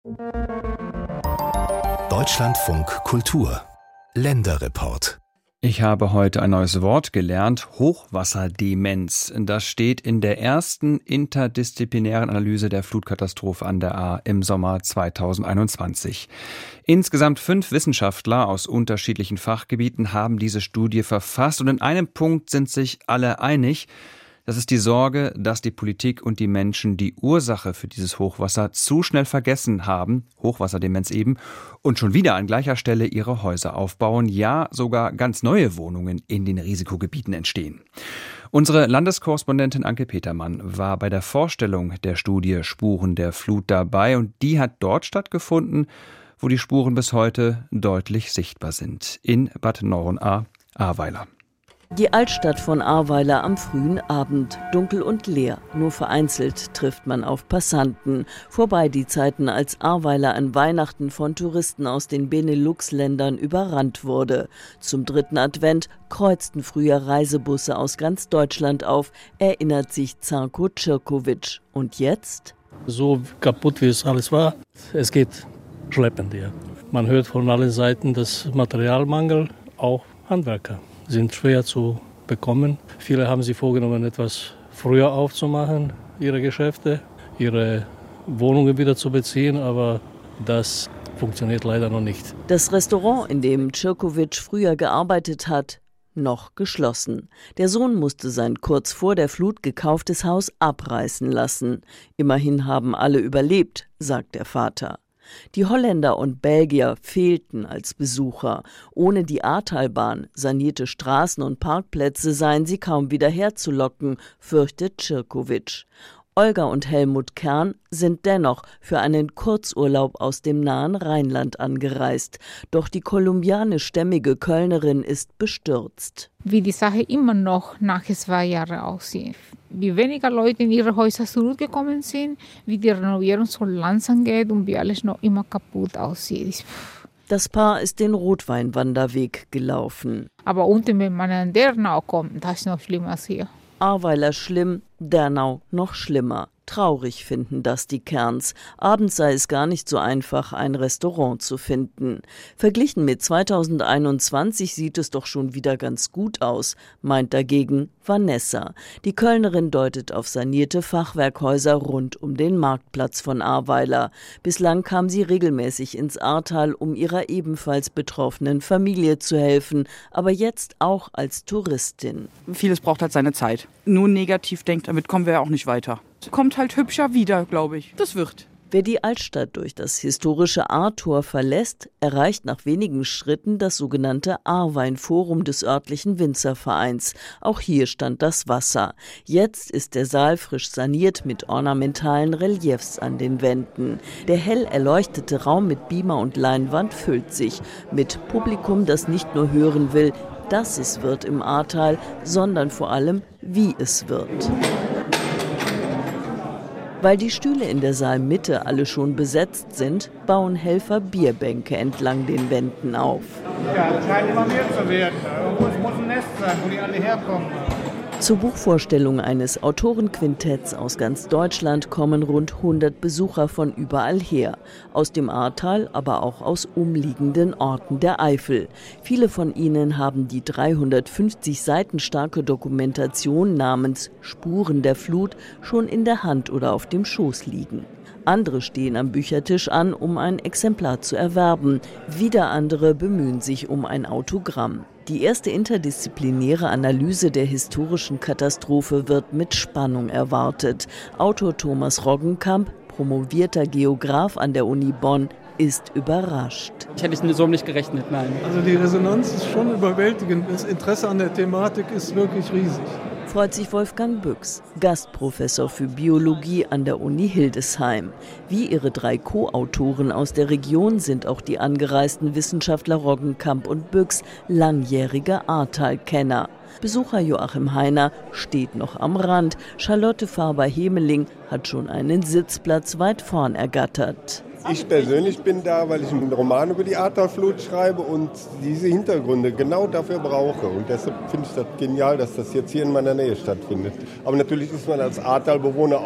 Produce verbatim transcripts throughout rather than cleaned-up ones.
Deutschlandfunk Kultur Länderreport. Ich habe heute ein neues Wort gelernt, Hochwasserdemenz. Das steht in der ersten interdisziplinären Analyse der Flutkatastrophe an der Ahr im Sommer zweitausendeinundzwanzig. Insgesamt fünf Wissenschaftler aus unterschiedlichen Fachgebieten haben diese Studie verfasst und in einem Punkt sind sich alle einig. Das ist die Sorge, dass die Politik und die Menschen die Ursache für dieses Hochwasser zu schnell vergessen haben, Hochwasserdemenz eben, und schon wieder an gleicher Stelle ihre Häuser aufbauen, ja sogar ganz neue Wohnungen in den Risikogebieten entstehen. Unsere Landeskorrespondentin Anke Petermann war bei der Vorstellung der Studie Spuren der Flut dabei und die hat dort stattgefunden, wo die Spuren bis heute deutlich sichtbar sind, in Bad Neuenahr-Ahrweiler. Die Altstadt von Ahrweiler am frühen Abend, dunkel und leer. Nur vereinzelt trifft man auf Passanten. Vorbei die Zeiten, als Ahrweiler an Weihnachten von Touristen aus den Benelux-Ländern überrannt wurde. Zum dritten Advent kreuzten früher Reisebusse aus ganz Deutschland auf, erinnert sich Zarko Cirkovic. Und jetzt? So kaputt, wie es alles war, es geht schleppend hier. Man hört von allen Seiten, dass Materialmangel, auch Handwerker sind schwer zu bekommen. Viele haben sich vorgenommen, etwas früher aufzumachen, ihre Geschäfte, ihre Wohnungen wieder zu beziehen, aber das funktioniert leider noch nicht. Das Restaurant, in dem Cirkovic früher gearbeitet hat, noch geschlossen. Der Sohn musste sein kurz vor der Flut gekauftes Haus abreißen lassen. Immerhin haben alle überlebt, sagt der Vater. Die Holländer und Belgier fehlten als Besucher. Ohne die Ahrtalbahn, sanierte Straßen und Parkplätze seien sie kaum wieder herzulocken, fürchtet Cirkovic. Olga und Helmut Kern sind dennoch für einen Kurzurlaub aus dem nahen Rheinland angereist. Doch die kolumbianischstämmige Kölnerin ist bestürzt. Wie die Sache immer noch nach zwei Jahren aussieht. Wie weniger Leute in ihre Häuser zurückgekommen sind, wie die Renovierung so langsam geht und wie alles noch immer kaputt aussieht. Das Paar ist den Rotweinwanderweg gelaufen. Aber unten, wenn man an Dernau kommt, das ist noch schlimmer als hier. Ahrweiler schlimm, Dernau noch schlimmer. Traurig finden das die Kerns. Abends sei es gar nicht so einfach, ein Restaurant zu finden. Verglichen mit zweitausendeinundzwanzig sieht es doch schon wieder ganz gut aus, meint dagegen Vanessa. Die Kölnerin deutet auf sanierte Fachwerkhäuser rund um den Marktplatz von Ahrweiler. Bislang kam sie regelmäßig ins Ahrtal, um ihrer ebenfalls betroffenen Familie zu helfen, aber jetzt auch als Touristin. Vieles braucht halt seine Zeit. Nur negativ denkt, damit kommen wir ja auch nicht weiter. Kommt halt hübscher wieder, glaube ich. Das wird. Wer die Altstadt durch das historische Ahrtor verlässt, erreicht nach wenigen Schritten das sogenannte Ahrweinforum des örtlichen Winzervereins. Auch hier stand das Wasser. Jetzt ist der Saal frisch saniert mit ornamentalen Reliefs an den Wänden. Der hell erleuchtete Raum mit Beamer und Leinwand füllt sich mit Publikum, das nicht nur hören will, dass es wird im Ahrtal, sondern vor allem, wie es wird. Weil die Stühle in der Saalmitte alle schon besetzt sind, bauen Helfer Bierbänke entlang den Wänden auf. Ja, das scheint immer mehr zu werden. Irgendwo muss ein Nest sein, wo die alle herkommen. Zur Buchvorstellung eines Autorenquintetts aus ganz Deutschland kommen rund hundert Besucher von überall her. Aus dem Ahrtal, aber auch aus umliegenden Orten der Eifel. Viele von ihnen haben die dreihundertfünfzig Seiten starke Dokumentation namens Spuren der Flut schon in der Hand oder auf dem Schoß liegen. Andere stehen am Büchertisch an, um ein Exemplar zu erwerben. Wieder andere bemühen sich um ein Autogramm. Die erste interdisziplinäre Analyse der historischen Katastrophe wird mit Spannung erwartet. Autor Thomas Roggenkamp, promovierter Geograf an der Uni Bonn, ist überrascht. Ich hätte so nicht gerechnet, nein. Also die Resonanz ist schon überwältigend. Das Interesse an der Thematik ist wirklich riesig. Freut sich Wolfgang Büchs, Gastprofessor für Biologie an der Uni Hildesheim. Wie ihre drei Co-Autoren aus der Region sind auch die angereisten Wissenschaftler Roggenkamp und Büchs langjährige Ahrtal-Kenner. Besucher Joachim Heiner steht noch am Rand. Charlotte Faber-Hemeling hat schon einen Sitzplatz weit vorn ergattert. Ich persönlich bin da, weil ich einen Roman über die Ahrtalflut schreibe und diese Hintergründe genau dafür brauche. Und deshalb finde ich das genial, dass das jetzt hier in meiner Nähe stattfindet. Aber natürlich ist man als Ahrtalbewohner auch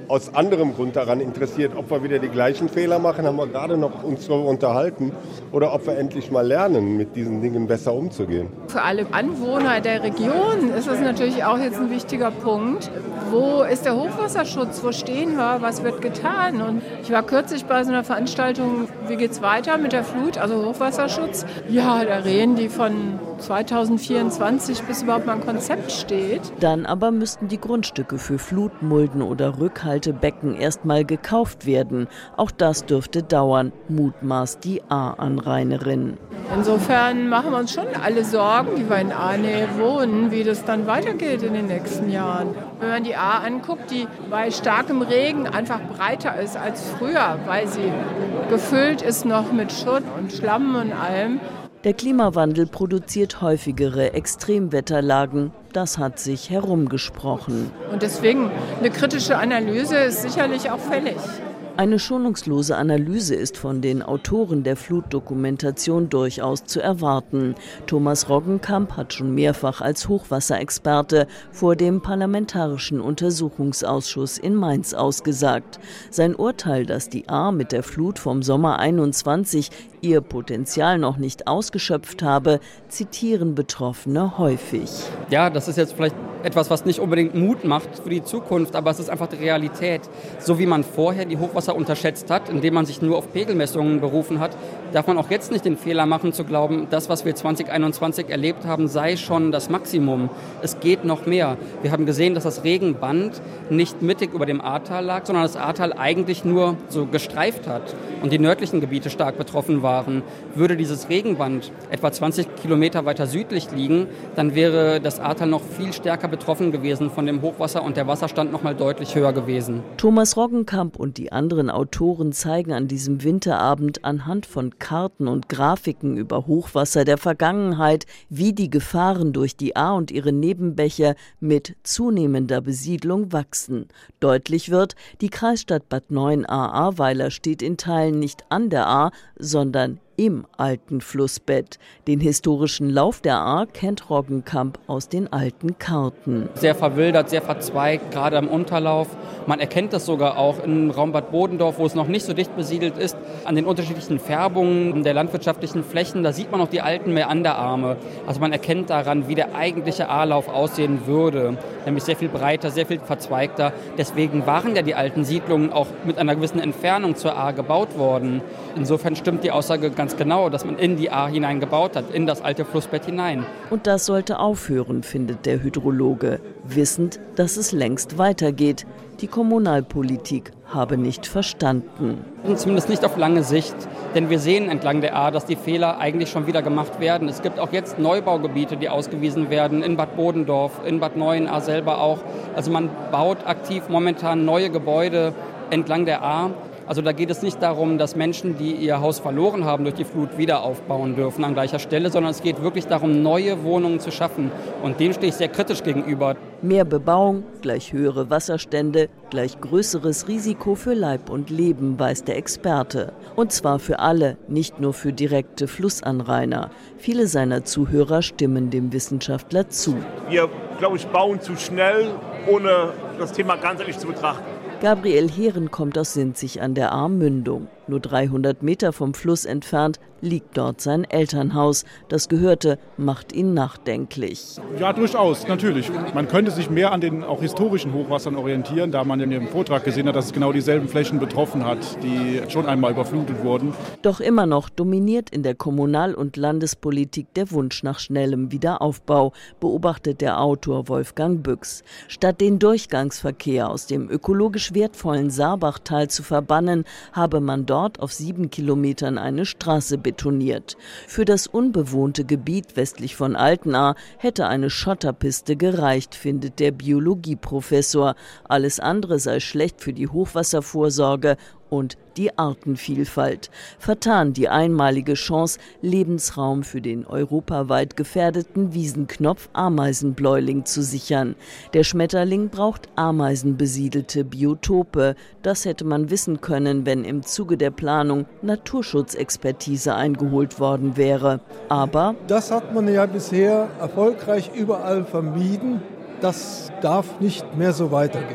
aus anderem Grund daran interessiert, ob wir wieder die gleichen Fehler machen, haben wir gerade noch uns darüber unterhalten, oder ob wir endlich mal lernen, mit diesen Dingen besser umzugehen. Für alle Anwohner der Region ist das natürlich auch jetzt ein wichtiger Punkt. Wo ist der Hochwasserschutz? Wo stehen wir? Was wird getan? Und ich war kürzlich bei so einer Veranstaltung, wie geht's weiter mit der Flut, also Hochwasserschutz. Ja, da reden die von zweitausendvierundzwanzig, bis überhaupt mal ein Konzept steht. Dann aber müssten die Grundstücke für Flutmulden oder Rückhaltebecken erstmal gekauft werden. Auch das dürfte dauern, mutmaßt die Ahr-Anrainerin. Insofern machen wir uns schon alle Sorgen, die wir in Ahrnähe wohnen, wie das dann weitergeht in den nächsten Jahren. Wenn man die Ahr anguckt, die bei starkem Regen einfach breiter ist als früher, weil sie gefüllt ist noch mit Schutt und Schlamm und allem. Der Klimawandel produziert häufigere Extremwetterlagen. Das hat sich herumgesprochen. Und deswegen eine kritische Analyse ist sicherlich auch fällig. Eine schonungslose Analyse ist von den Autoren der Flutdokumentation durchaus zu erwarten. Thomas Roggenkamp hat schon mehrfach als Hochwasserexperte vor dem Parlamentarischen Untersuchungsausschuss in Mainz ausgesagt. Sein Urteil, dass die Ahr mit der Flut vom Sommer einundzwanzig ihr Potenzial noch nicht ausgeschöpft habe, zitieren Betroffene häufig. Ja, das ist jetzt vielleicht etwas, was nicht unbedingt Mut macht für die Zukunft, aber es ist einfach die Realität. So wie man vorher die Hochwasser unterschätzt hat, indem man sich nur auf Pegelmessungen berufen hat, darf man auch jetzt nicht den Fehler machen zu glauben, das, was wir zwanzig einundzwanzig erlebt haben, sei schon das Maximum. Es geht noch mehr. Wir haben gesehen, dass das Regenband nicht mittig über dem Ahrtal lag, sondern das Ahrtal eigentlich nur so gestreift hat und die nördlichen Gebiete stark betroffen waren. Würde dieses Regenband etwa zwanzig Kilometer weiter südlich liegen, dann wäre das Ahrtal noch viel stärker betroffen gewesen von dem Hochwasser und der Wasserstand noch mal deutlich höher gewesen. Thomas Roggenkamp und die anderen Autoren zeigen an diesem Winterabend anhand von Karten und Grafiken über Hochwasser der Vergangenheit, wie die Gefahren durch die Ahr und ihre Nebenbäche mit zunehmender Besiedlung wachsen. Deutlich wird, die Kreisstadt Bad Neuenahr-Ahrweiler steht in Teilen nicht an der Ahr, sondern im alten Flussbett. Den historischen Lauf der Ahr kennt Roggenkamp aus den alten Karten. Sehr verwildert, sehr verzweigt, gerade am Unterlauf. Man erkennt das sogar auch im Raum Bad Bodendorf, wo es noch nicht so dicht besiedelt ist. An den unterschiedlichen Färbungen der landwirtschaftlichen Flächen, da sieht man noch die alten Mäanderarme. Also man erkennt daran, wie der eigentliche Ahrlauf aussehen würde. Nämlich sehr viel breiter, sehr viel verzweigter. Deswegen waren ja die alten Siedlungen auch mit einer gewissen Entfernung zur Ahr gebaut worden. Insofern stimmt die Aussage ganz genau, dass man in die Ahr hinein gebaut hat, in das alte Flussbett hinein. Und das sollte aufhören, findet der Hydrologe, wissend, dass es längst weitergeht. Die Kommunalpolitik habe nicht verstanden. Zumindest nicht auf lange Sicht, denn wir sehen entlang der Ahr, dass die Fehler eigentlich schon wieder gemacht werden. Es gibt auch jetzt Neubaugebiete, die ausgewiesen werden, in Bad Bodendorf, in Bad Neuenahr selber auch. Also man baut aktiv momentan neue Gebäude entlang der Ahr. Also da geht es nicht darum, dass Menschen, die ihr Haus verloren haben durch die Flut, wieder aufbauen dürfen an gleicher Stelle, sondern es geht wirklich darum, neue Wohnungen zu schaffen. Und dem stehe ich sehr kritisch gegenüber. Mehr Bebauung, gleich höhere Wasserstände, gleich größeres Risiko für Leib und Leben, weiß der Experte. Und zwar für alle, nicht nur für direkte Flussanrainer. Viele seiner Zuhörer stimmen dem Wissenschaftler zu. Wir, glaube ich, bauen zu schnell, ohne das Thema ganzheitlich zu betrachten. Gabriel Heeren kommt aus Sinzig an der Ahr-Mündung. Nur dreihundert Meter vom Fluss entfernt liegt dort sein Elternhaus. Das Gehörte macht ihn nachdenklich. Ja, durchaus, natürlich. Man könnte sich mehr an den auch historischen Hochwassern orientieren, da man in Ihrem Vortrag gesehen hat, dass es genau dieselben Flächen betroffen hat, die schon einmal überflutet wurden. Doch immer noch dominiert in der Kommunal- und Landespolitik der Wunsch nach schnellem Wiederaufbau, beobachtet der Autor Wolfgang Büchs. Statt den Durchgangsverkehr aus dem ökologisch wertvollen Saarbachtal zu verbannen, habe man dort auf sieben Kilometern eine Straße betoniert. Für das unbewohnte Gebiet westlich von Altenahr hätte eine Schotterpiste gereicht, findet der Biologieprofessor. Alles andere sei schlecht für die Hochwasservorsorge und die Artenvielfalt. Vertan die einmalige Chance, Lebensraum für den europaweit gefährdeten Wiesenknopf-Ameisenbläuling zu sichern. Der Schmetterling braucht ameisenbesiedelte Biotope. Das hätte man wissen können, wenn im Zuge der Planung Naturschutzexpertise eingeholt worden wäre. Aber das hat man ja bisher erfolgreich überall vermieden. Das darf nicht mehr so weitergehen.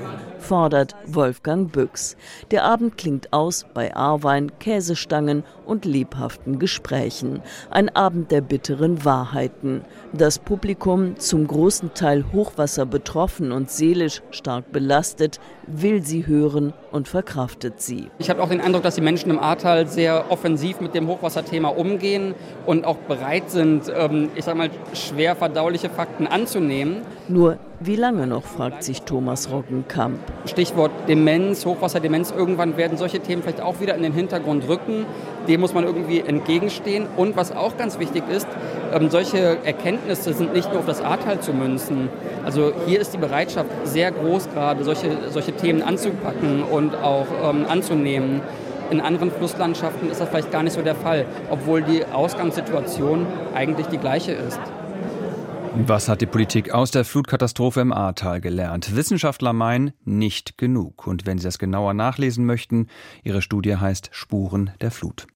fordert Wolfgang Büchs. Der Abend klingt aus bei Ahrwein, Käsestangen und lebhaften Gesprächen. Ein Abend der bitteren Wahrheiten. Das Publikum, zum großen Teil Hochwasser betroffen und seelisch stark belastet, will sie hören und verkraftet sie. Ich habe auch den Eindruck, dass die Menschen im Ahrtal sehr offensiv mit dem Hochwasserthema umgehen und auch bereit sind, ich sag mal, schwer verdauliche Fakten anzunehmen. Nur wie lange noch, fragt sich Thomas Roggenkamp. Stichwort Demenz, Hochwasserdemenz. Irgendwann werden solche Themen vielleicht auch wieder in den Hintergrund rücken. Dem muss man irgendwie entgegenstehen. Und was auch ganz wichtig ist, ähm, solche Erkenntnisse sind nicht nur auf das Ahrtal zu münzen. Also hier ist die Bereitschaft sehr groß gerade, solche, solche Themen anzupacken und auch ähm, anzunehmen. In anderen Flusslandschaften ist das vielleicht gar nicht so der Fall, obwohl die Ausgangssituation eigentlich die gleiche ist. Was hat die Politik aus der Flutkatastrophe im Ahrtal gelernt? Wissenschaftler meinen, nicht genug. Und wenn Sie das genauer nachlesen möchten, Ihre Studie heißt Spuren der Flut.